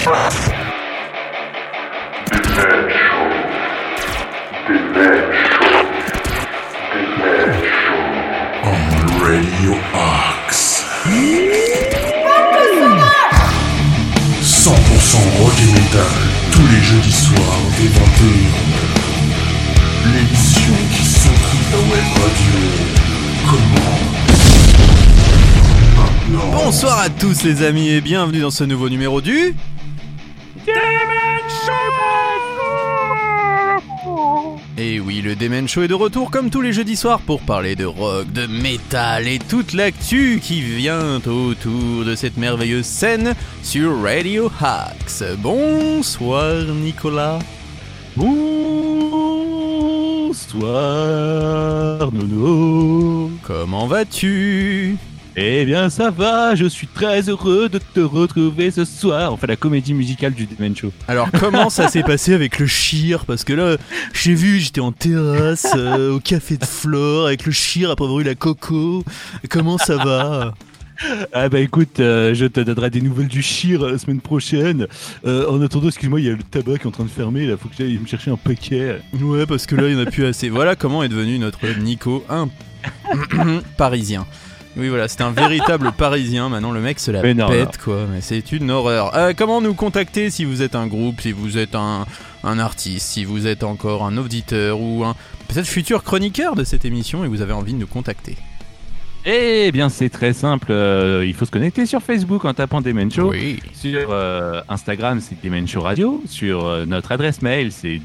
On Radio Axe. 100% rock et metal, tous les jeudis soirs dès 21h. L'émission qui s'occupe de la web radio commence maintenant. Bonsoir à tous les amis et bienvenue dans ce nouveau numéro du Demen Show. Et oui, le Demen Show est de retour comme tous les jeudis soirs pour parler de rock, de métal et toute l'actu qui vient autour de cette merveilleuse scène sur Radio Axe. Bonsoir Nicolas. Bonsoir Nono. Comment vas-tu ? Eh bien ça va, je suis très heureux de te retrouver ce soir. Enfin la comédie musicale du Demen Show. Alors comment ça s'est passé avec le Chir ? Parce que là, j'ai vu, j'étais en terrasse au café de Flore avec le Chir après avoir eu la coco. Comment ça va ? Ah bah écoute, je te donnerai des nouvelles du Chir la semaine prochaine. En attendant, excuse-moi, il y a le tabac qui est en train de fermer, là faut que j'aille me chercher un paquet. Ouais, parce que là il n'y en a plus assez. Voilà comment est devenu notre Nico, un Parisien. Oui voilà, c'est un véritable Parisien, maintenant le mec se la pète quoi, mais c'est une horreur. Comment nous contacter si vous êtes un groupe, si vous êtes un artiste, si vous êtes encore un auditeur ou un peut-être futur chroniqueur de cette émission et vous avez envie de nous contacter? Eh bien c'est très simple, il faut se connecter sur Facebook en tapant Demen Show. Oui. Sur Instagram c'est Demen Show Radio, sur notre adresse mail c'est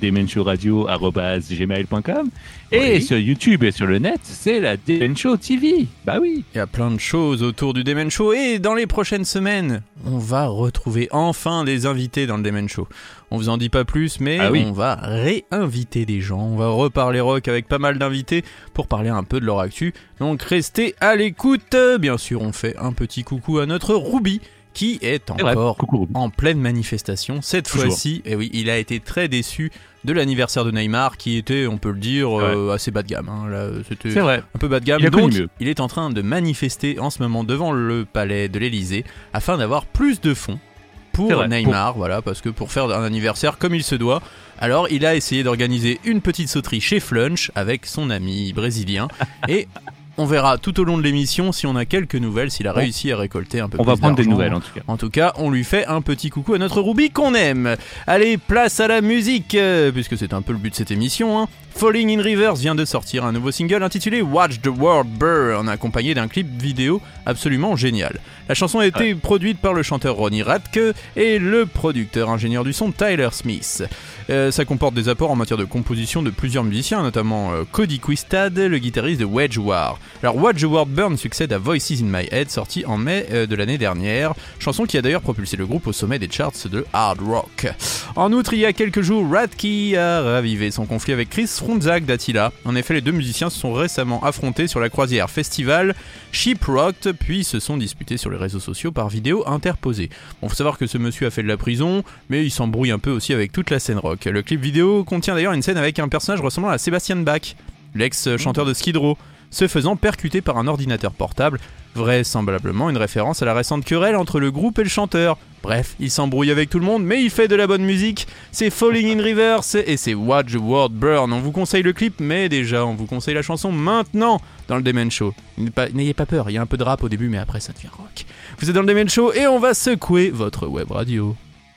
demenshowradio@gmail.com et sur YouTube et sur le net c'est la Demen Show TV. Bah oui. Il y a plein de choses autour du Demen Show et dans les prochaines semaines on va retrouver enfin des invités dans le Demen Show. On vous en dit pas plus, mais on va réinviter des gens. On va reparler rock avec pas mal d'invités pour parler un peu de leur actu. Donc restez à l'écoute. Bien sûr, on fait un petit coucou à notre Ruby qui est encore en pleine manifestation. Cette fois-ci, et oui, il a été très déçu de l'anniversaire de Neymar qui était, on peut le dire, assez bas de gamme. Hein. Là, c'était un peu bas de gamme. Donc, il est en train de manifester en ce moment devant le palais de l'Elysée afin d'avoir plus de fonds pour Neymar, voilà, parce que pour faire un anniversaire comme il se doit, alors il a essayé d'organiser une petite sauterie chez Flunch avec son ami brésilien et on verra tout au long de l'émission si on a quelques nouvelles, s'il a réussi à récolter un peu plus d'argent. On va prendre des nouvelles en tout cas. En tout cas, on lui fait un petit coucou à notre Ruby qu'on aime. Allez, place à la musique, puisque c'est un peu le but de cette émission, hein. Falling in Reverse vient de sortir un nouveau single intitulé Watch the World Burn, accompagné d'un clip vidéo absolument génial. La chanson a été produite par le chanteur Ronnie Radke et le producteur ingénieur du son Tyler Smith. Ça comporte des apports en matière de composition de plusieurs musiciens, notamment Cody Quistad, le guitariste de Wedge War. Alors Watch the World Burn succède à Voices in My Head, sorti en mai de l'année dernière, chanson qui a d'ailleurs propulsé le groupe au sommet des charts de hard rock. En outre, il y a quelques jours, Radke a ravivé son conflit avec Chris Fronzak d'Attila. En effet, les deux musiciens se sont récemment affrontés sur la croisière festival Shiprocked, puis se sont disputés sur les réseaux sociaux par vidéo interposée. Bon, faut savoir que ce monsieur a fait de la prison, mais il s'embrouille un peu aussi avec toute la scène rock. Le clip vidéo contient d'ailleurs une scène avec un personnage ressemblant à Sebastian Bach, l'ex-chanteur de Skid Row, se faisant percuter par un ordinateur portable, vraisemblablement une référence à la récente querelle entre le groupe et le chanteur. Bref, il s'embrouille avec tout le monde, mais il fait de la bonne musique. C'est Falling in Reverse et c'est Watch the World Burn. On vous conseille le clip, mais déjà, on vous conseille la chanson maintenant dans le Demen Show. N'ayez pas peur, il y a un peu de rap au début, mais après ça devient rock. Vous êtes dans le Demen Show et on va secouer votre web radio.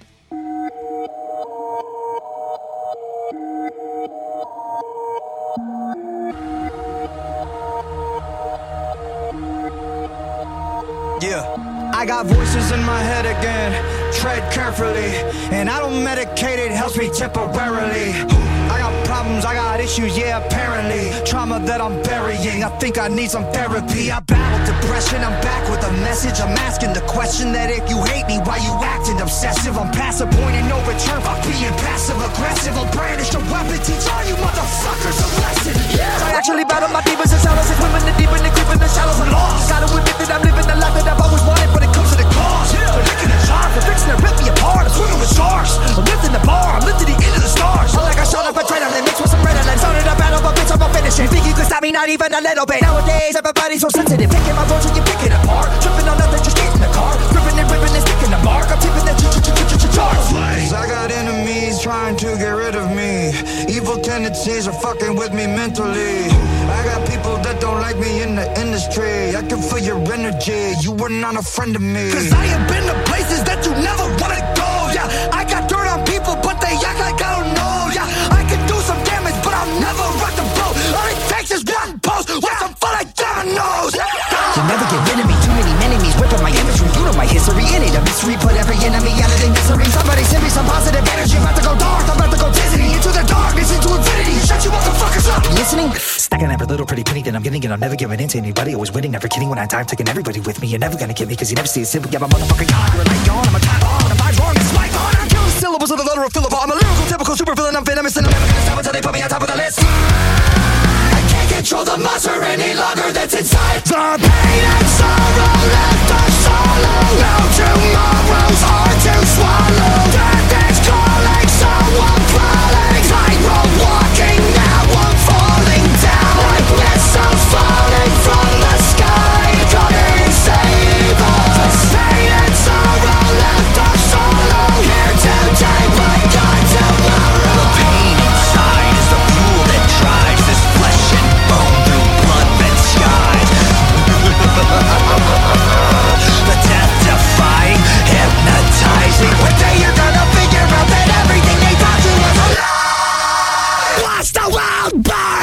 Yeah, I got voices in my head again, tread carefully, and I don't medicate, it helps me temporarily. I got problems, I got issues, yeah apparently, trauma that I'm burying, I think I need some therapy. I battle depression, I'm back with a message, I'm asking the question that if you hate me, why you acting obsessive? I'm past a point of no return by being passive aggressive. I'll brandish a weapon, teach all you motherfuckers a lesson. Yeah. I actually battle my demons and shadows, and swimming the deep and the creep in the shallows and lost. Gotta admit that I'm living the life that I've always wanted, but it comes to the cost. They're licking the jar, they're fixing to rip me apart. I'm swimming with sharks, I'm lifting the bar, I'm lifting the end of the stars. I like I shot up a adrenaline mixed with some adrenaline. Started a battle, but bitch I'm a finish it. Think you can stop me, not even a little bit. Nowadays everybody's so sensitive, picking my words and you picking apart. Tripping on nothing, just get in the car, gripping and ripping and sticking the mark. I'm tipping the charts. it seems, are fucking with me mentally. I got people that don't like me in the industry. I can feel your energy, you were not a friend of me. Cause I have been to places that you never wanna go. Yeah, I got dirt on people, but they act like I don't know. Yeah, I can do some damage, but I'll never rock the boat. All it takes is one post, watch them fall like dominoes. You'll never get rid of me, too many enemies whipping my imagery. You know my history, in it a mystery. Put every enemy out of their misery. Somebody send me some positive energy. I'm about to go dark, I'm about to go dizzy. Into the darkness, into infinity. Shut you motherfuckers up. Listening? Stacking every little pretty penny that I'm getting, and I'm never giving in to anybody. Always winning, never kidding. When I die, I'm taking everybody with me. You're never gonna get me, cause you never see it simple. Yeah, my motherfucking God, you're a light gone. I'm a time bomb, and I'm vibe wrong. It's my God. I'm killing syllables of the letter of Philip. I'm a lyrical, typical super villain. I'm venomous, and I'm never gonna stop until they put me on top of the list. I can't control the monster any longer that's inside. The pain and sorrow left us solo. No tomorrows hard to swallow. Death is calling, so I'm crawling. Tightrope walking, now I'm falling down. Like missiles falling from the sky. Come and save us. Pain and sorrow left us solo. Here today, but gone tomorrow. The pain inside is the fuel that drives this flesh and bone through blood-red skies. The death-defying, hypnotizing. One day you're gonna figure out that everything they taught you was a lie. Blast the world by.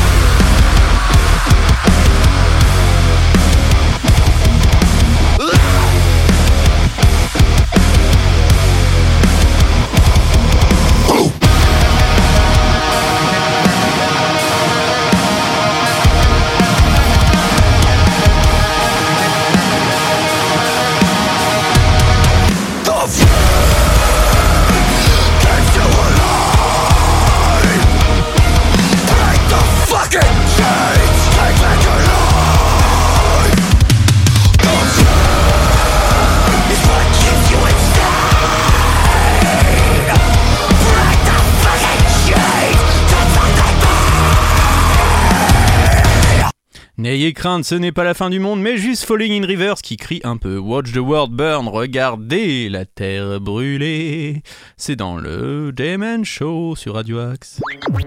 N'ayez crainte, ce n'est pas la fin du monde, mais juste Falling in Reverse qui crie un peu Watch the world burn, regardez la terre brûler. C'est dans le Demen Show sur Radio Axe.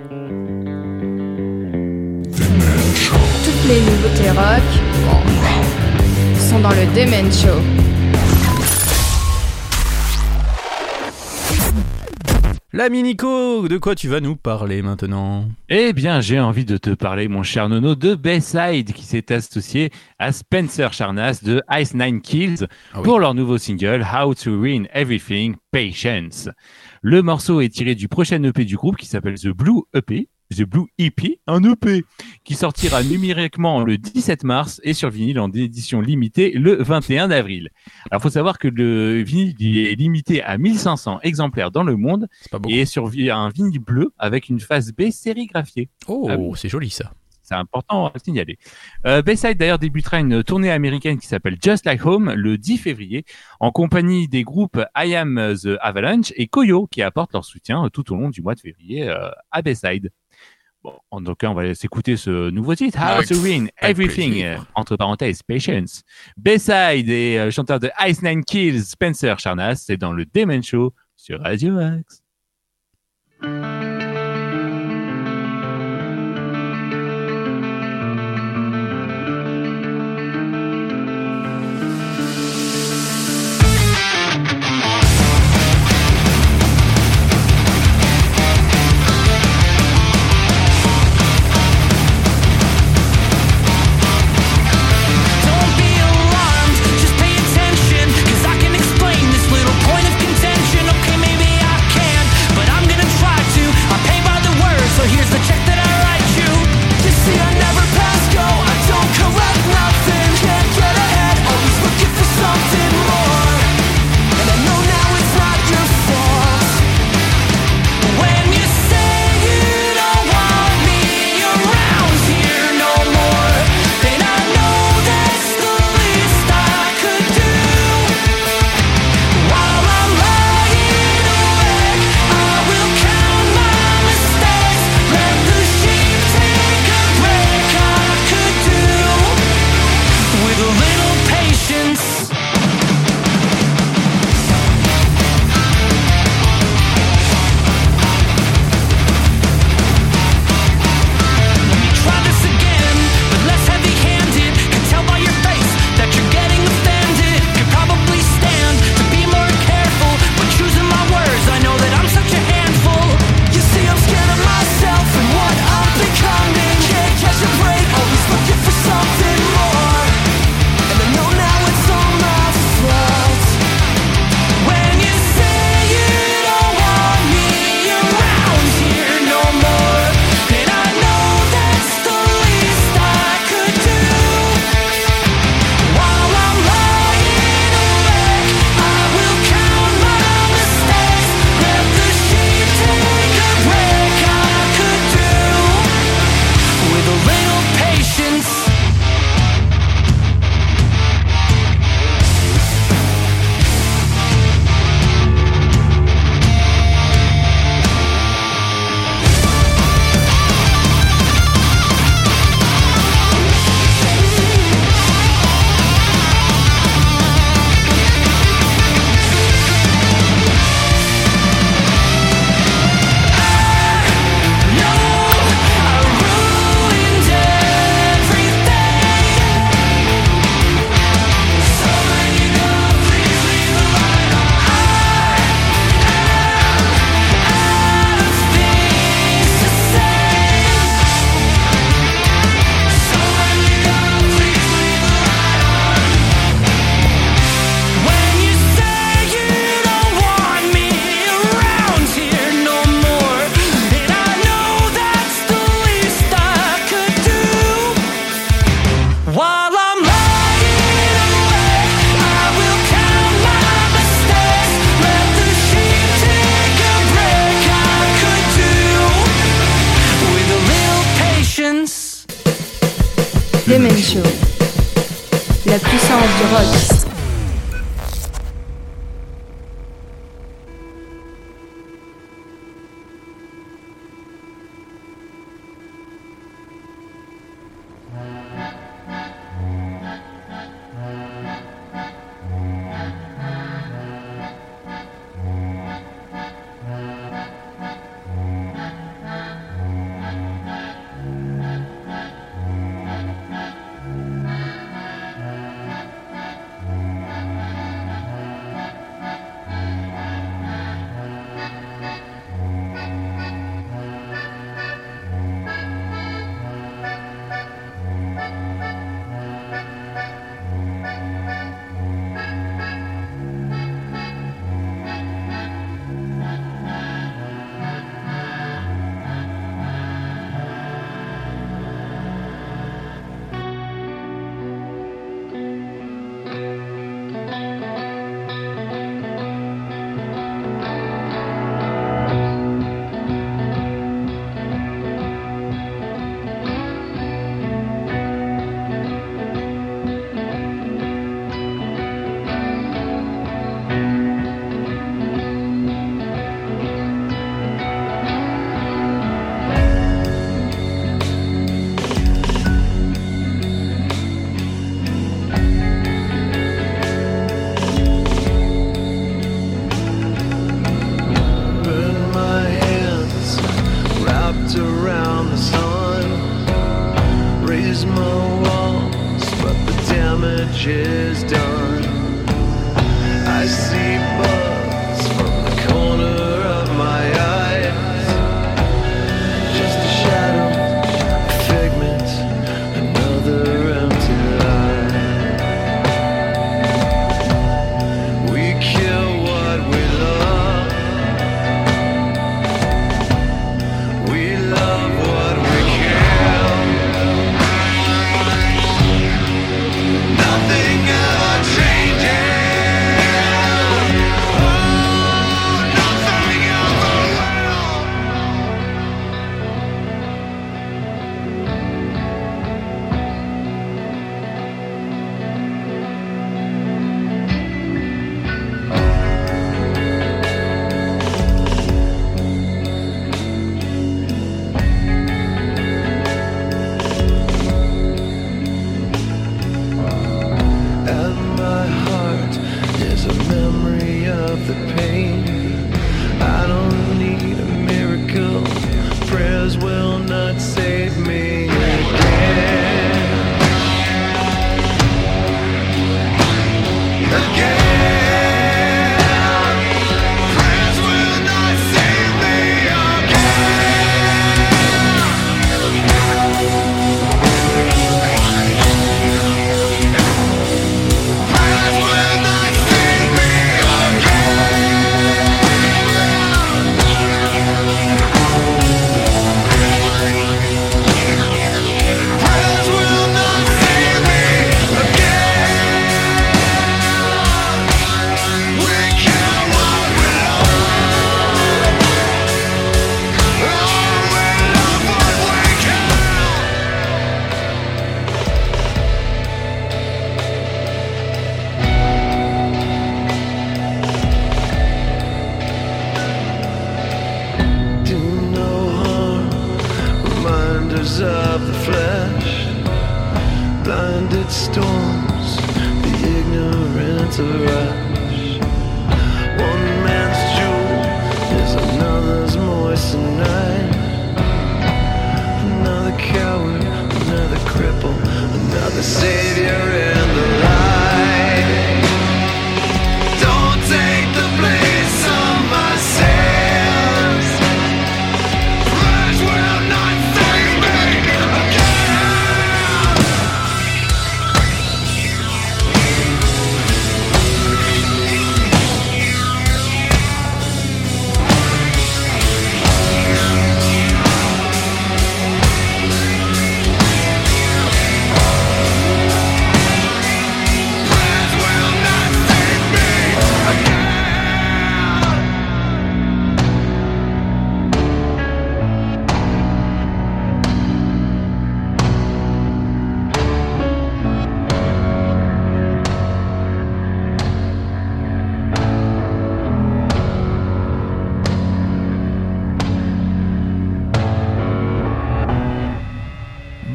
Toutes les nouveautés rock sont dans le Demen Show. L'ami Nico, de quoi tu vas nous parler maintenant ? Eh bien, j'ai envie de te parler, mon cher Nono, de Bayside, qui s'est associé à Spencer Charnas de Ice Nine Kills pour leur nouveau single How to Ruin Everything, Patience. Le morceau est tiré du prochain EP du groupe qui s'appelle The Blue EP, un EP, qui sortira numériquement le 17 mars et sur vinyle en édition limitée le 21 avril. Alors, faut savoir que le vinyle est limité à 1500 exemplaires dans le monde et est sur un vinyle bleu avec une face B sérigraphiée. Oh, c'est joli ça. C'est important à signaler. Bayside d'ailleurs débutera une tournée américaine qui s'appelle Just Like Home le 10 février en compagnie des groupes I Am The Avalanche et Koyo qui apportent leur soutien tout au long du mois de février à Bayside. Bon, en tout cas, on va s'écouter ce nouveau titre, How to Ruin Everything, entre parenthèses, Patience. Bayside et chanteur de Ice Nine Kills, Spencer Charnas, c'est dans le Demen Show sur Radio Axe. Point of contention, okay, maybe I can, but I'm gonna try to Show. La puissance du rock.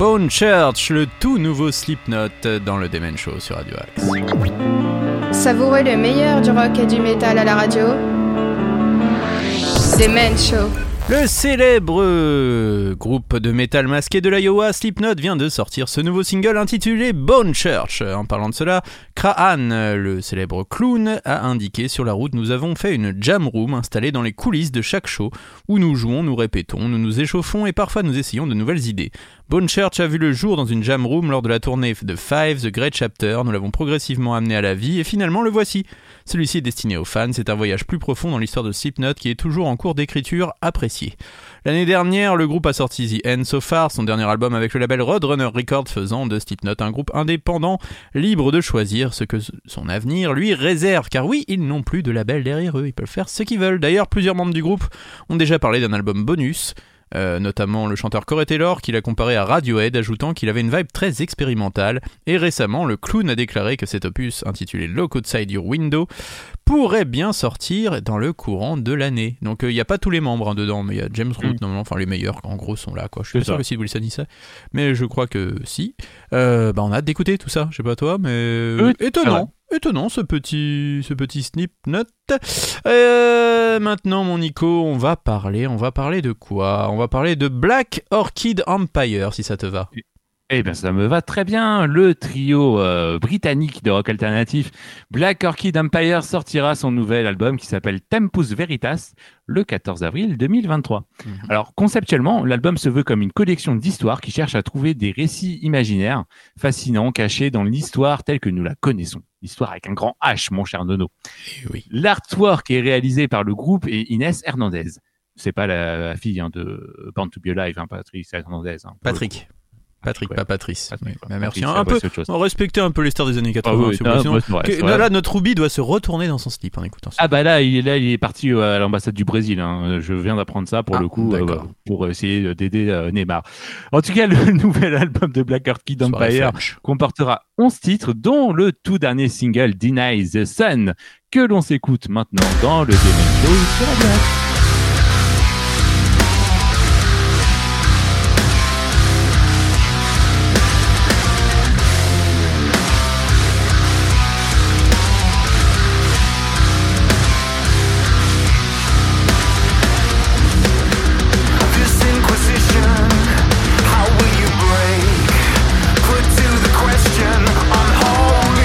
Bone Church, le tout nouveau Slipknot dans le Demen Show sur Radio Axe. Savourez le meilleur du rock et du métal à la radio. Demen Show. Le célèbre groupe de métal masqué de l'Iowa, Slipknot, vient de sortir ce nouveau single intitulé Bone Church. En parlant de cela, Krahan, le célèbre clown, a indiqué sur la route: nous avons fait une jam room installée dans les coulisses de chaque show où nous jouons, nous répétons, nous nous échauffons et parfois nous essayons de nouvelles idées. Bone Church a vu le jour dans une jam room lors de la tournée de Five, The Great Chapter. Nous l'avons progressivement amené à la vie et finalement le voici. Celui-ci est destiné aux fans, c'est un voyage plus profond dans l'histoire de Slipknot qui est toujours en cours d'écriture, apprécié. L'année dernière, le groupe a sorti The End So Far, son dernier album avec le label Roadrunner Records, faisant de Slipknot un groupe indépendant, libre de choisir ce que son avenir lui réserve. Car oui, ils n'ont plus de label derrière eux, ils peuvent faire ce qu'ils veulent. D'ailleurs, plusieurs membres du groupe ont déjà parlé d'un album bonus, notamment le chanteur Corey Taylor qui l'a comparé à Radiohead, ajoutant qu'il avait une vibe très expérimentale. Et récemment, le clown a déclaré que cet opus, intitulé Look Outside Your Window, pourrait bien sortir dans le courant de l'année. Donc il n'y a pas tous les membres dedans, mais il y a James Root, normalement, enfin les meilleurs en gros sont là, quoi. Je suis pas sûr que Sid Wilson y sait, mais je crois que si. On a hâte d'écouter tout ça, je sais pas toi, mais étonnant ce petit Slipknot. Maintenant mon Nico, on va parler de quoi ? On va parler de Black Orchid Empire, si ça te va. Eh bien, ça me va très bien. Le trio britannique de rock alternatif Black Orchid Empire sortira son nouvel album qui s'appelle Tempus Veritas le 14 avril 2023. Alors, conceptuellement, l'album se veut comme une collection d'histoires qui cherche à trouver des récits imaginaires fascinants cachés dans l'histoire telle que nous la connaissons. L'histoire avec un grand H, mon cher Nono. Oui. L'artwork est réalisé par le groupe et Inès Hernandez. C'est pas la fille de Born to Be Alive, Patrice Hernandez. Patrick, pas Patrice. Patrick, mais merci. Patrice, On respectait un peu les stars des années 80. Là, notre Ruby doit se retourner dans son slip en écoutant ça. Ah bah là, il est parti à l'ambassade du Brésil. Hein. Je viens d'apprendre ça pour le coup, pour essayer d'aider Neymar. En tout cas, le nouvel album de Black Orchid Empire comportera 11 titres, dont le tout dernier single Deny the Sun, que l'on s'écoute maintenant dans le Demen Show sur la glace.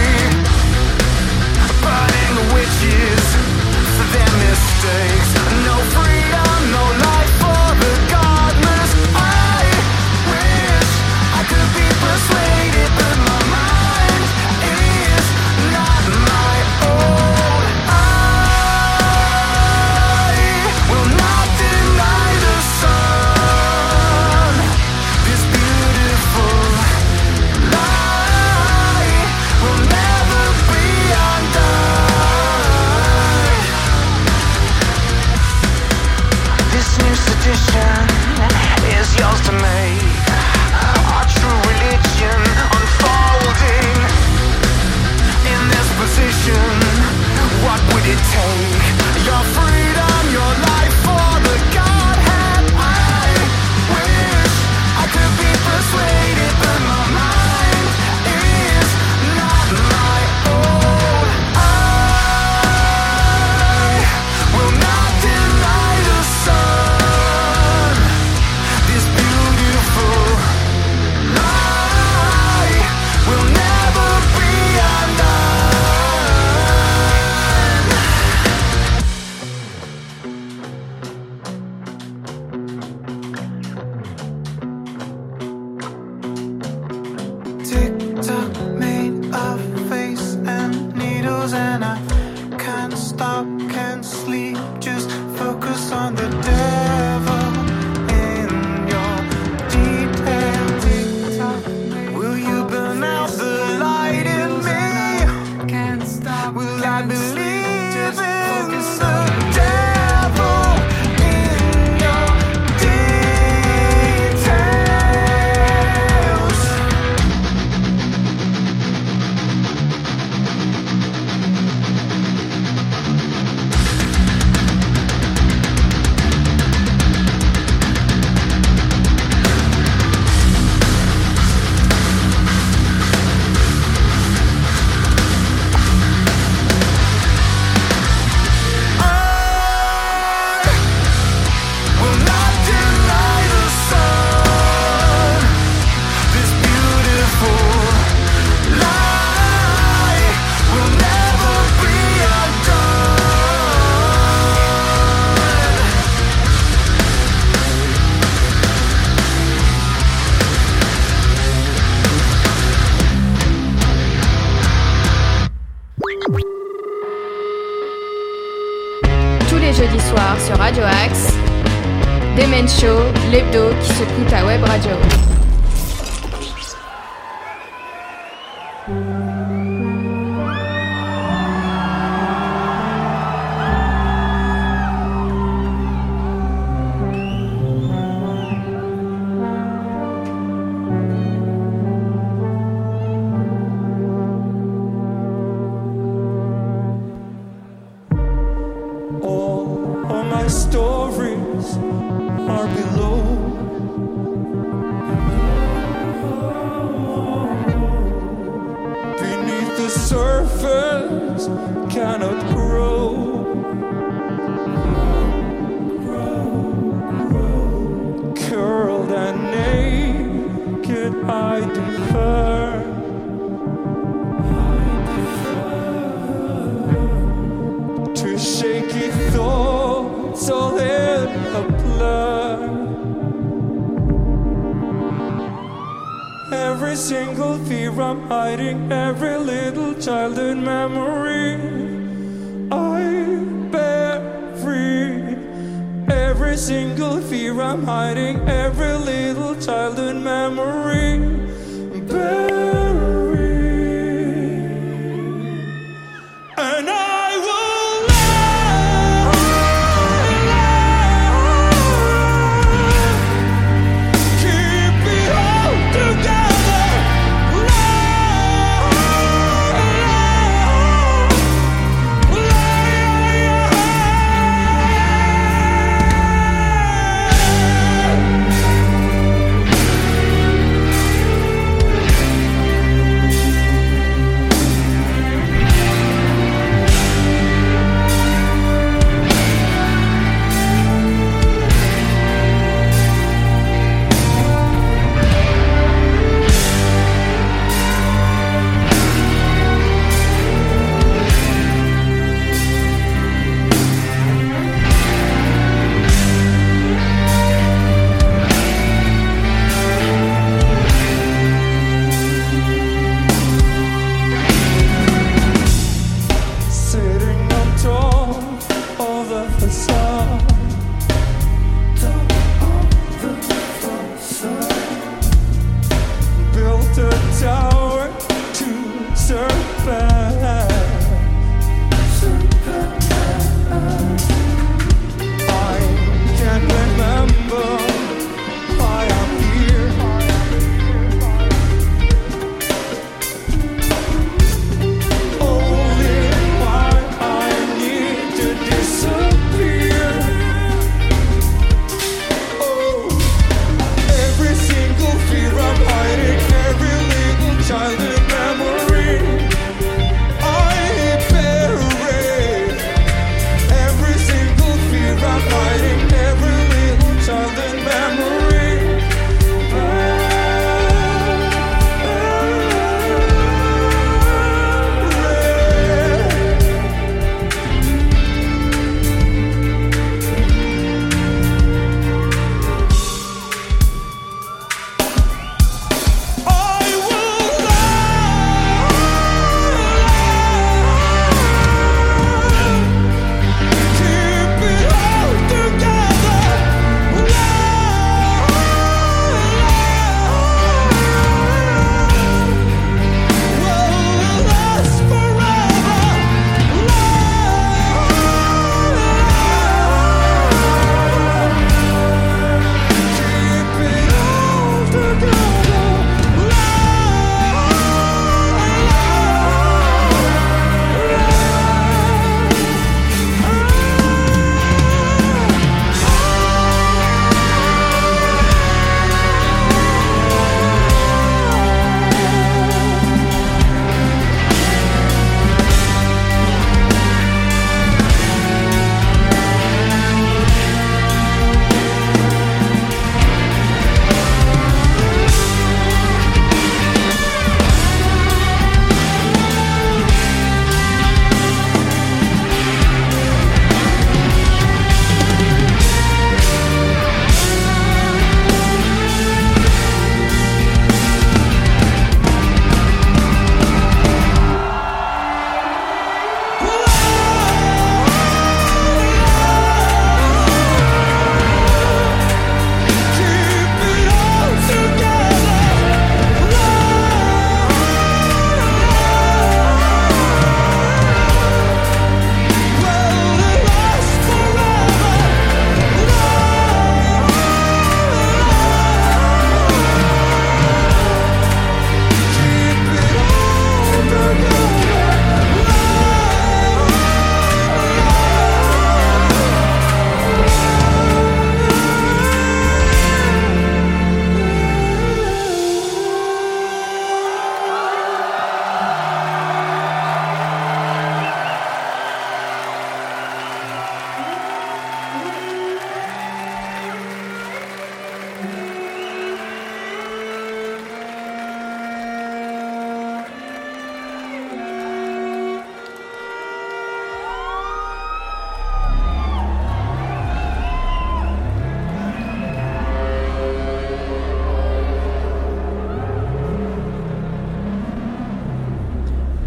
No tous les jeudis soirs sur Radio Axe. Demen Show, l'hebdo qui secoue ta web radio.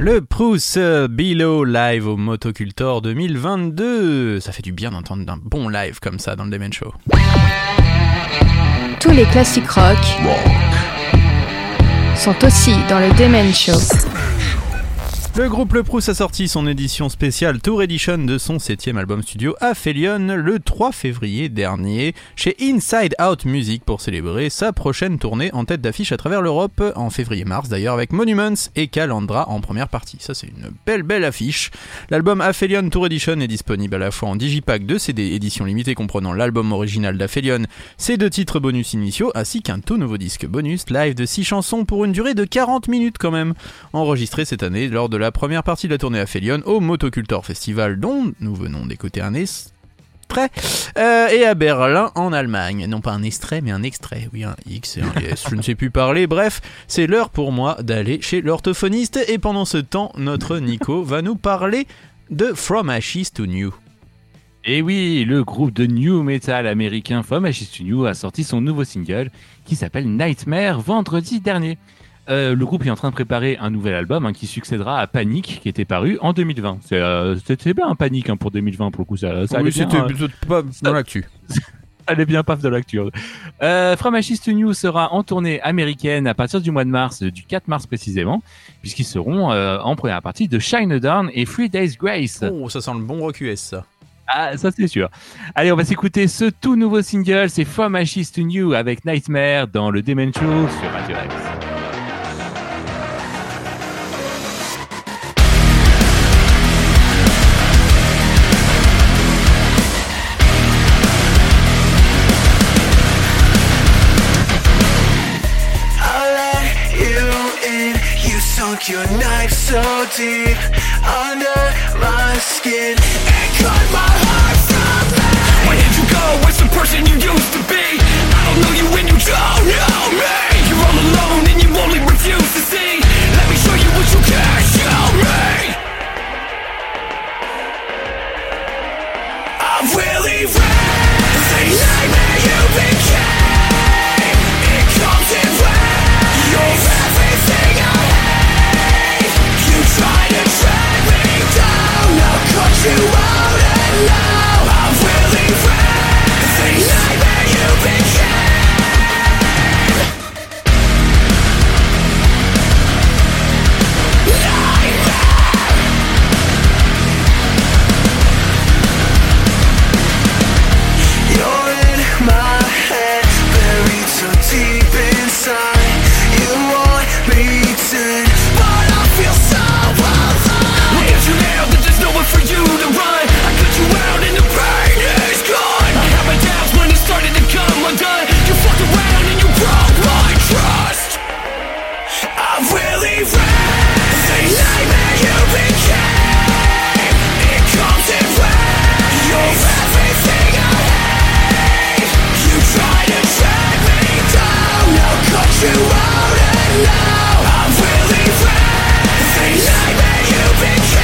Le Bruce Below live au Motocultor 2022. Ça fait du bien d'entendre un bon live comme ça dans le Demen Show. Tous les classiques rock sont aussi dans le Demen Show. Le groupe Le Proust a sorti son édition spéciale Tour Edition de son 7e album studio Aphelion le 3 février dernier chez Inside Out Music pour célébrer sa prochaine tournée en tête d'affiche à travers l'Europe en février-mars d'ailleurs avec Monuments et Calandra en première partie. Ça c'est une belle affiche. L'album Aphelion Tour Edition est disponible à la fois en digipack de CD édition limitée comprenant l'album original d'Aphelion, ses 2 titres bonus initiaux ainsi qu'un tout nouveau disque bonus live de 6 chansons pour une durée de 40 minutes quand même, enregistré cette année lors de la première partie de la tournée Aphelion au Motocultor Festival dont nous venons d'écouter un extrait et à Berlin en Allemagne. Non pas un extrait mais un extrait, oui un X et un S, je ne sais plus parler, bref c'est l'heure pour moi d'aller chez l'orthophoniste et pendant ce temps notre Nico va nous parler de From Ashes to New. Et oui, le groupe de new metal américain From Ashes to New a sorti son nouveau single qui s'appelle Nightmare vendredi dernier. Le groupe est en train de préparer un nouvel album qui succédera à Panic qui était paru en 2020. C'était bien un Panic pour 2020 pour le coup. Ça oui, c'était bien, pas dans l'actu. Elle est bien paf de l'actu. From Ashes to New sera en tournée américaine à partir du mois de mars, du 4 mars précisément, puisqu'ils seront en première partie de Shine Down et 3 Days Grace. Oh, ça sent le bon rock US ça. Ah, ça c'est sûr. Allez, on va s'écouter ce tout nouveau single, c'est From Ashes to New avec Nightmare dans le Demen Show sur Radio X. Your knife so deep under my skin and cut my heart from me. Where did you go? Where's the person you used to be? I don't know you when you don't know me. You're all alone and you only refuse to see. Let me show you what you can't show me. I'm really red. The nightmare you became. It comes in red. You're everything I try to drag me down, I'll cut you out and now I'm really red, the nightmare you became. Nightmare. You're in my head, buried so deep inside. You want me to, but I feel so for you to run, I cut you out and the pain is gone. I had my doubts when it started to come undone. You fucked around and you broke my trust. I'm really red, the nightmare you became. It comes in red. You're everything I hate. You try to drag me down, I'll cut you out and now I'm really red, the nightmare you became.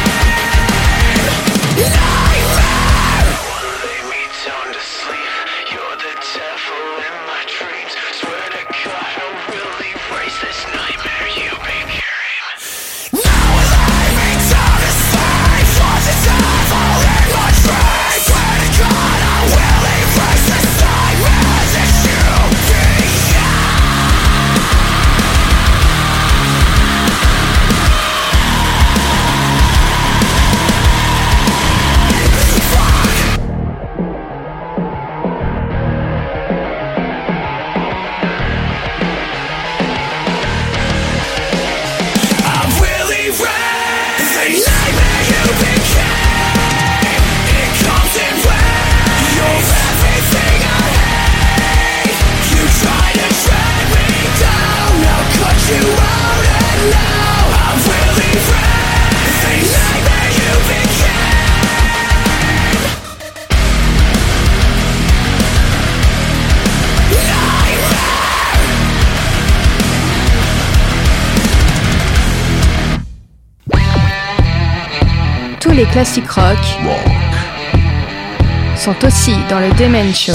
Nightmare! Lay me down to sleep. You're the devil in my dreams. Swear to God, I'll really erase this nightmare you became. Now lay me down to sleep. You're the devil in my dreams. Swear to God, I will erase this nightmare that you became. Tous les classiques rock sont aussi dans le Demen Show.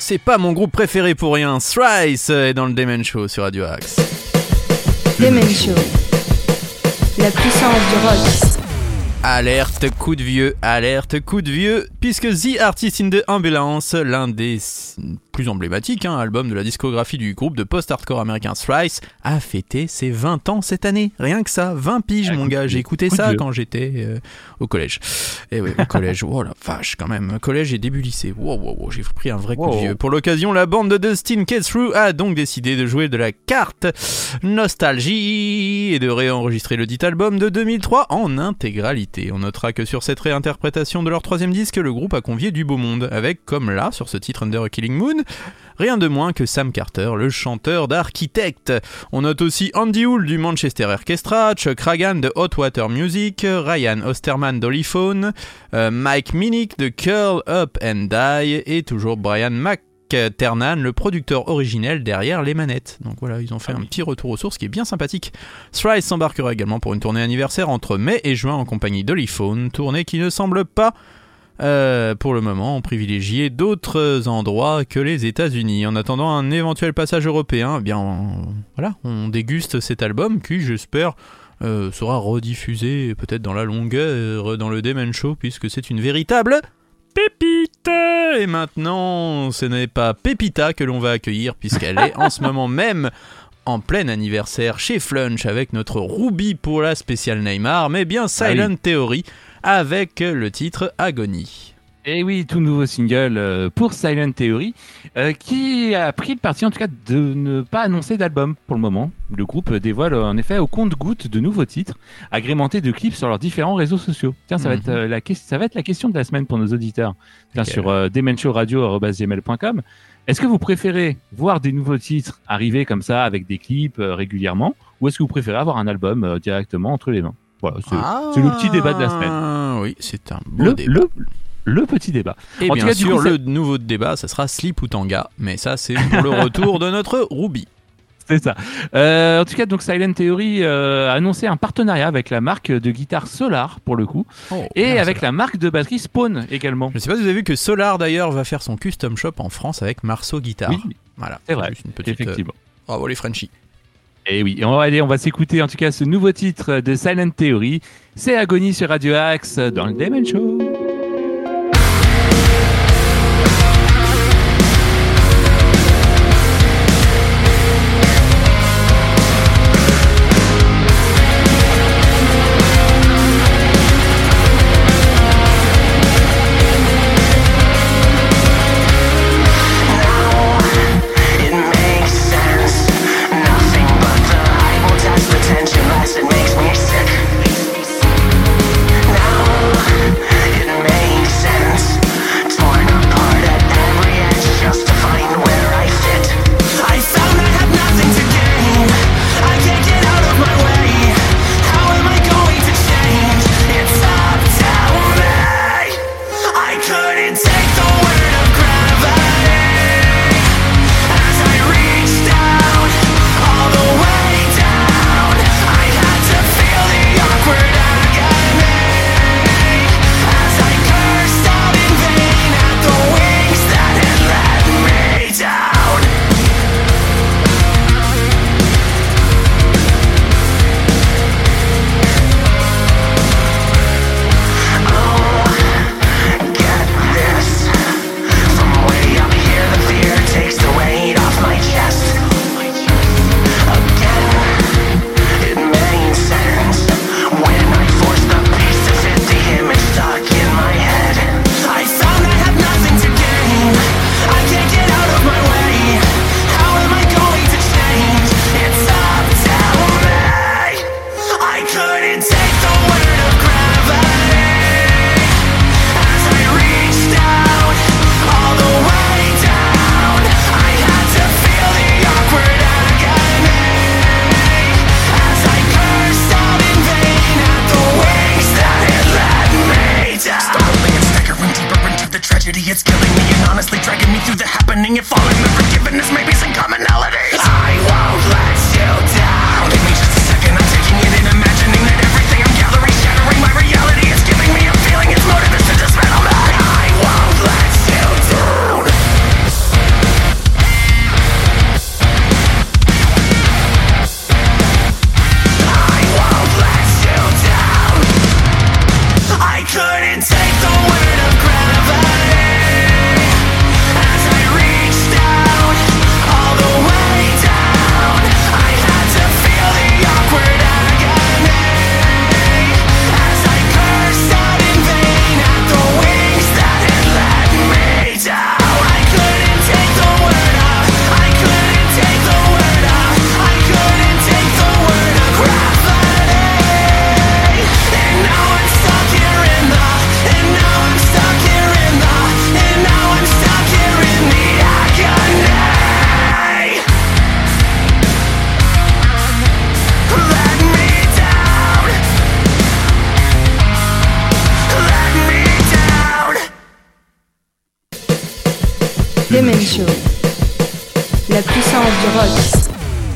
C'est pas mon groupe préféré pour rien. Thrice est dans le Demen Show sur Radio Axe. Demen Show. La puissance du rock. Alerte coup de vieux, puisque The Artist in the Ambulance, l'un des plus emblématiques albums de la discographie du groupe de post-hardcore américain Thrice, a fêté ses 20 ans cette année. Rien que ça, 20 piges mon gars, j'ai écouté ça quand j'étais au collège. Et oui, au collège, oh la vache quand même, collège et début lycée, wow, j'ai pris un vrai coup de vieux. Pour l'occasion, la bande de Dustin Kethrew a donc décidé de jouer de la carte nostalgie et de réenregistrer le dit album de 2003 en intégralité. On notera que sur cette réinterprétation de leur troisième disque, le groupe a convié du beau monde, avec, comme là, sur ce titre Under a Killing Moon, rien de moins que Sam Carter, le chanteur d'Architect. On note aussi Andy Hull du Manchester Orchestra, Chuck Ragan de Hot Water Music, Ryan Osterman d'Oliphone, Mike Minnick de Curl Up and Die, et toujours Brian McTernan, le producteur originel derrière les manettes. Donc voilà, ils ont fait un petit retour aux sources qui est bien sympathique. Thrice s'embarquera également pour une tournée anniversaire entre mai et juin en compagnie d'Oliphone, tournée qui ne semble pas pour le moment privilégier d'autres endroits que les États-Unis. En attendant un éventuel passage européen, voilà, on déguste cet album qui, j'espère, sera rediffusé peut-être dans la longueur dans le Demen Show, puisque c'est une véritable pépite. Et maintenant, ce n'est pas Pépita que l'on va accueillir, puisqu'elle est en ce moment même en plein anniversaire chez Flunch avec notre Ruby pour la spéciale Neymar, mais bien Silent Theory avec le titre Agony. Et oui, tout nouveau single pour Silent Theory, qui a pris le parti en tout cas de ne pas annoncer d'album pour le moment. Le groupe dévoile en effet au compte-gouttes de nouveaux titres, agrémentés de clips sur leurs différents réseaux sociaux. Tiens, ça va être la question de la semaine pour nos auditeurs. Tiens, sur demenshowradio@gmail.com. Est-ce que vous préférez voir des nouveaux titres arriver comme ça avec des clips régulièrement, ou est-ce que vous préférez avoir un album directement entre les mains? Voilà, c'est le petit débat de la semaine. Oui, c'est un beau débat. Le petit débat. Et bien sûr, le nouveau débat, ça sera Sleep ou Tanga, mais ça, c'est pour le retour de notre Ruby. C'est ça. En tout cas, donc Silent Theory a annoncé un partenariat avec la marque de guitare Solar, pour le coup, et avec la marque de batterie Spawn également. Je ne sais pas si vous avez vu que Solar, d'ailleurs, va faire son custom shop en France avec Marceau Guitare. Oui, voilà. C'est vrai, une petite, effectivement. Bravo les Frenchies. Et oui, on va s'écouter en tout cas ce nouveau titre de Silent Theory. C'est Agony sur Radio Axe dans le Demen Show. la puissance du rock.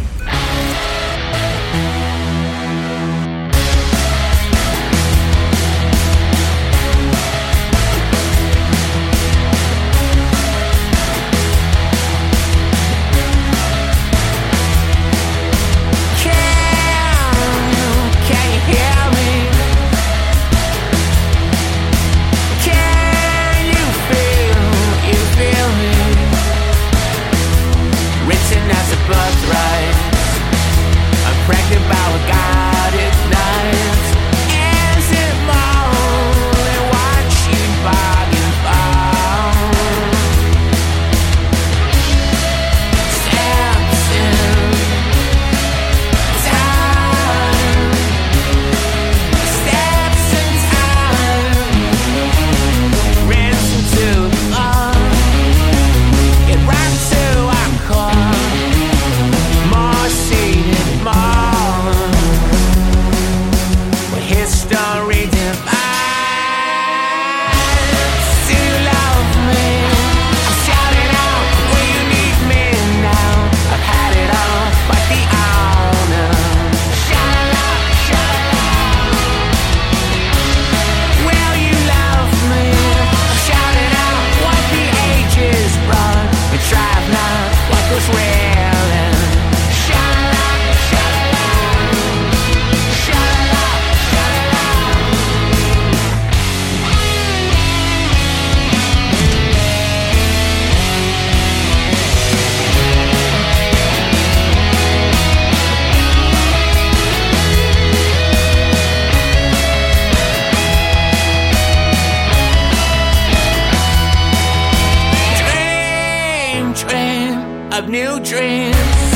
Of new dreams.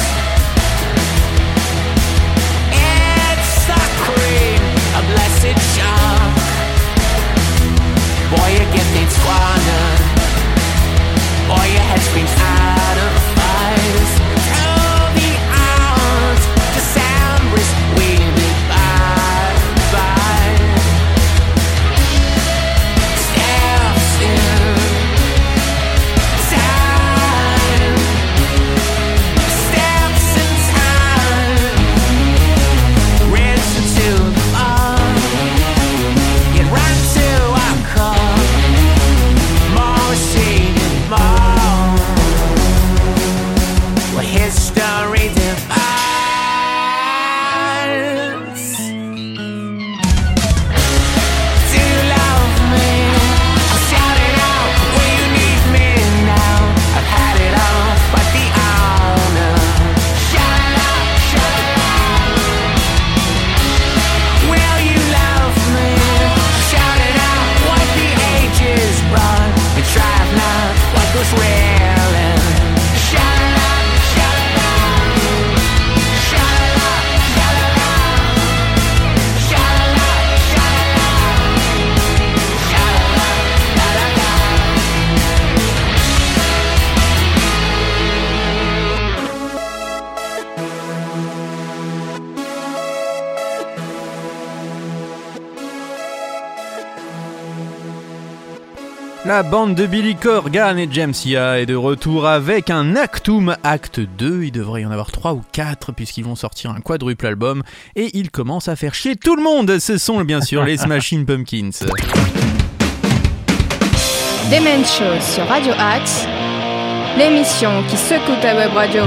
It's the cream, a blessed shock. Boy, your gift ain't squandered. Boy, your head screams out of fires. Through the hours, December's weaving by. Steps in time. Steps in time. Rinse into the bar. Get right to our car. More seated, more. What history defines. Do you love me? I'll shout it out. Will you need me now? I've had it all, but the honor. Shout it out, shout it out. Will you love me? Shout it out. What the ages brought. We drive now. What goes real and shout it out, shout it out. Shout it out, shout it out. Shout it out, shout it out. Shout it out, da da da. La bande de Billy Corgan et James Sia est de retour avec un Actum Acte 2. Il devrait y en avoir 3 ou 4 puisqu'ils vont sortir un quadruple album et ils commencent à faire chier tout le monde. Ce sont bien sûr les Smashing Pumpkins. Demen Show sur Radio Axe, l'émission qui secoue ta web radio.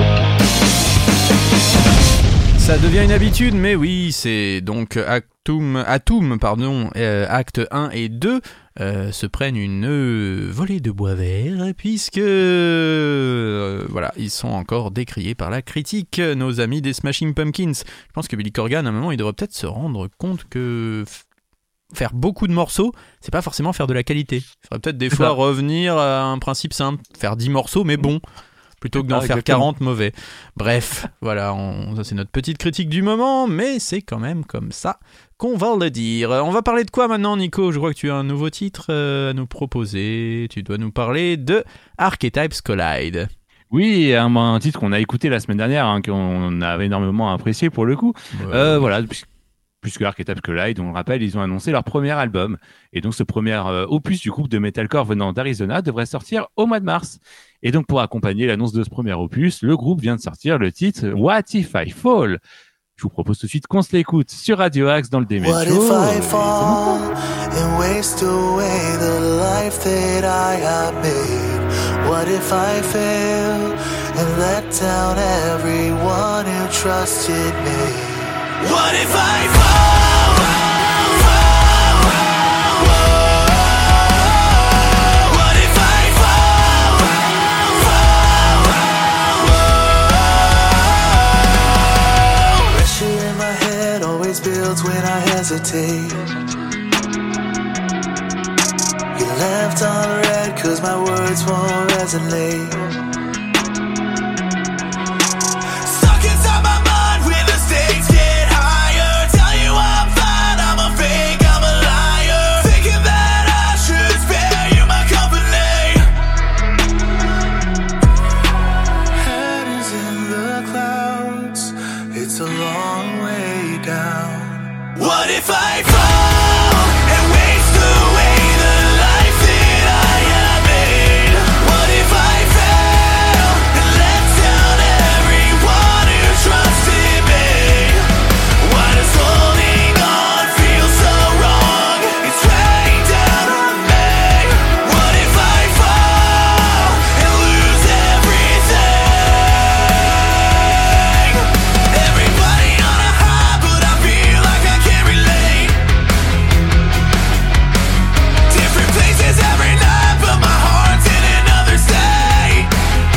Ça devient une habitude, mais oui, c'est donc Atum, acte 1 et 2 se prennent une volée de bois vert, puisque voilà, ils sont encore décriés par la critique, nos amis des Smashing Pumpkins. Je pense que Billy Corgan, à un moment, il devrait peut-être se rendre compte que faire beaucoup de morceaux, c'est pas forcément faire de la qualité. Il faudrait peut-être des fois revenir à un principe simple, faire 10 morceaux, mais bon. Plutôt que d'en faire 40 mauvais. Bref, voilà, ça c'est notre petite critique du moment, mais c'est quand même comme ça qu'on va le dire. On va parler de quoi maintenant, Nico ? Je crois que tu as un nouveau titre à nous proposer. Tu dois nous parler de Archetypes Collide. Oui, un titre qu'on a écouté la semaine dernière, qu'on avait énormément apprécié pour le coup. Ouais. Voilà, plus que Archetype Collide. On le rappelle, ils ont annoncé leur premier album. Et donc, ce premier opus du groupe de metalcore venant d'Arizona devrait sortir au mois de mars. Et donc, pour accompagner l'annonce de ce premier opus, le groupe vient de sortir le titre What If I Fall. Je vous propose tout de suite qu'on se l'écoute sur Radio Axe dans le Demen Show. What if I fall and waste away the life that I have made? What if I fail and let down everyone who trusted me? What if I fall? What if I fall? Pressure in my head always builds when I hesitate. You left on red 'cause my words won't resonate. Stuck inside my mind when the stakes get higher. Tell you I'm fine, I'm a fake, I'm a liar. Thinking that I should spare you my company. Head is in the clouds, it's a long way down. What if I fall and waste away the life that I have made? What if I fail and let down everyone who trusted me? Why does holding on feel so wrong? It's weighing down on me. What if I fall and lose everything? Everybody on a high, but I feel like I can't relate. Different places every night, but my heart's in another state.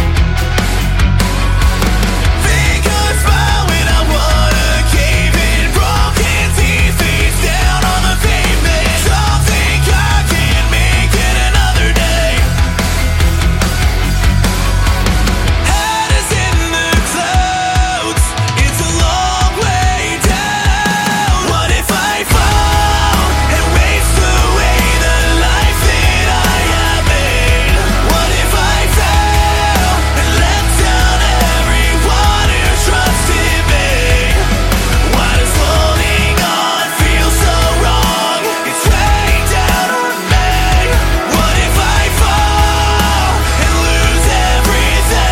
Think of a smile when I wanna cave in. Broken teeth face down on the pavement. Don't think I can make it another day. Head is in the clouds, it's a long way down. What if I fall and waste away the life that I have made? What if I fail and let down everyone who trusted me? Why does holding on feel so wrong? It's weighing down on me. What if I fall and lose everything?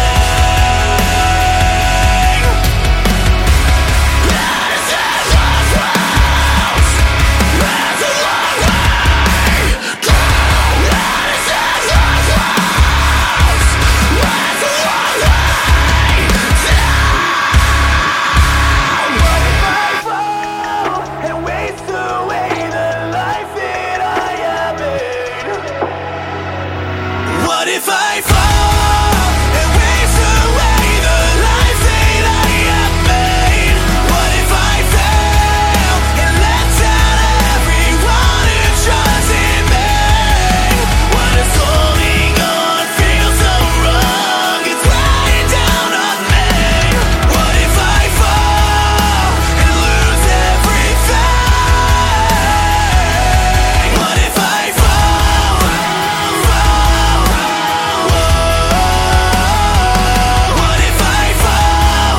And waste away the life that I have made. What if I fall and waste away the life that I have made? What if I fail and let down everyone who trusted me? Why does holding on feel so wrong? It's weighing down on me. What if I fall and lose everything? What if I fall? What if I fall?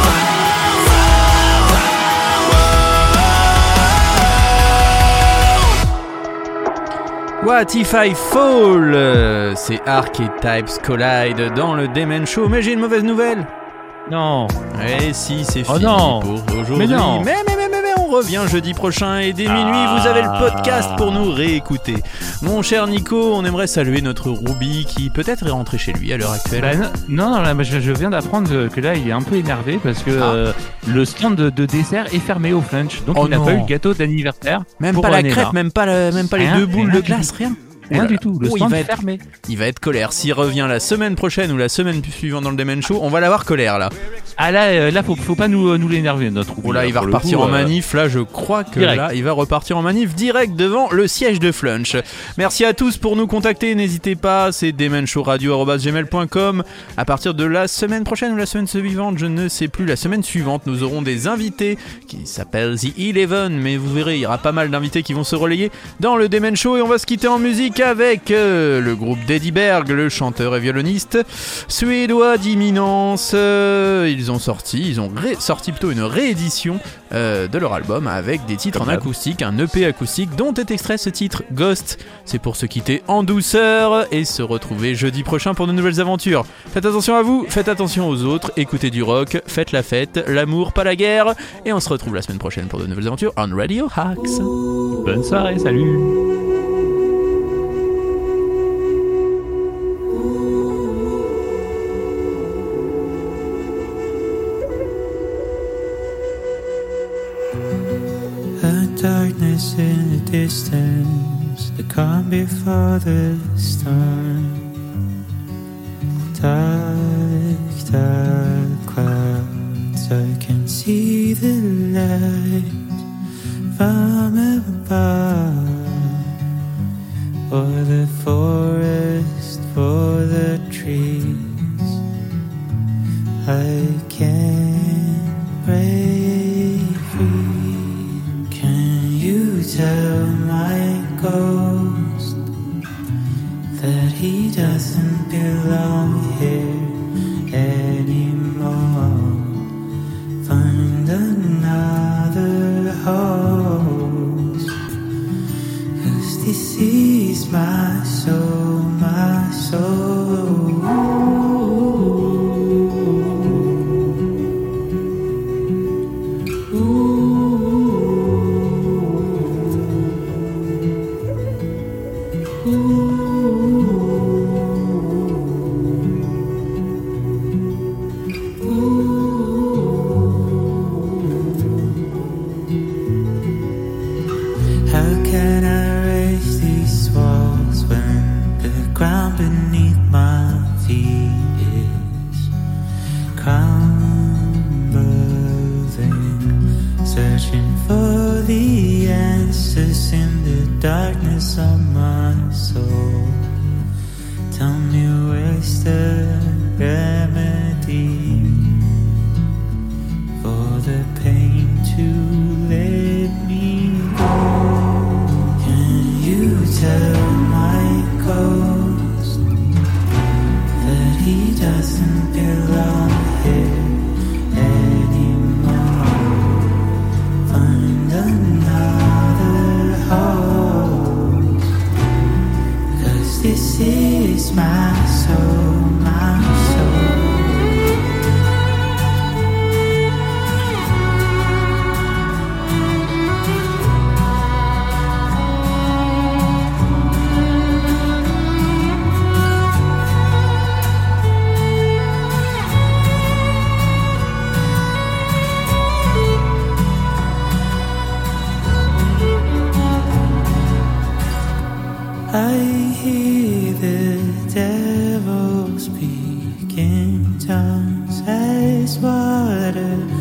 What If I Fall, c'est Archetypes Collide dans le Demen Show. Mais j'ai une mauvaise nouvelle. Non. Eh si, c'est Oh fini non. pour aujourd'hui. Mais non. Mais on revient jeudi prochain et dès minuit, vous avez le podcast pour nous réécouter. Mon cher Nico, on aimerait saluer notre Ruby qui peut-être est rentré chez lui à l'heure actuelle. Bah, non, là, je viens d'apprendre que là, il est un peu énervé parce que le stand de dessert est fermé au Flunch. Donc, il n'a pas eu le gâteau d'anniversaire. Même pour pas la Néna. crêpe, même pas les Rien, deux boules rien de du glace, tout. rien. Rien du tout, le stand il va est être fermé. Il va être colère. S'il revient la semaine prochaine ou la semaine suivante dans le Demen Show, on va l'avoir colère là. Ah là, faut pas nous l'énerver notre Ruby. Oh là, il va pour le repartir coup, en manif. Là, je crois que direct. là, il va repartir en manif direct devant le siège de Flunch. Merci à tous pour nous contacter. N'hésitez pas, c'est demenshowradio@gmail.com. À partir de la semaine prochaine ou la semaine suivante, je ne sais plus. La semaine suivante, nous aurons des invités qui s'appellent The Eleven. Mais vous verrez, il y aura pas mal d'invités qui vont se relayer dans le Demen Show. Et on va se quitter en musique avec le groupe d'Eddie Berg, le chanteur et violoniste suédois d'imminence. Ils ils ont sorti plutôt une réédition de leur album avec des titres en acoustique, un EP acoustique dont est extrait ce titre Ghost. C'est pour se quitter en douceur et se retrouver jeudi prochain pour de nouvelles aventures. Faites attention à vous, faites attention aux autres, écoutez du rock, faites la fête, l'amour pas la guerre, et on se retrouve la semaine prochaine pour de nouvelles aventures on Radio Axe. Bonne soirée, salut. Darkness in the distance, the calm before the storm. Dark, dark clouds, I can see the light from above. For the forest, for the trees, I can't break free. Tell my ghost that he doesn't belong here anymore. Find another host, 'cause this is my soul, my soul. Darkness of my soul, tell me where's the remedy for the pain to let me go. Can you tell my ghost that he doesn't belong here anymore? Find another home, 'cause this is my soul, my soul. I hear the devil speak in tongues as water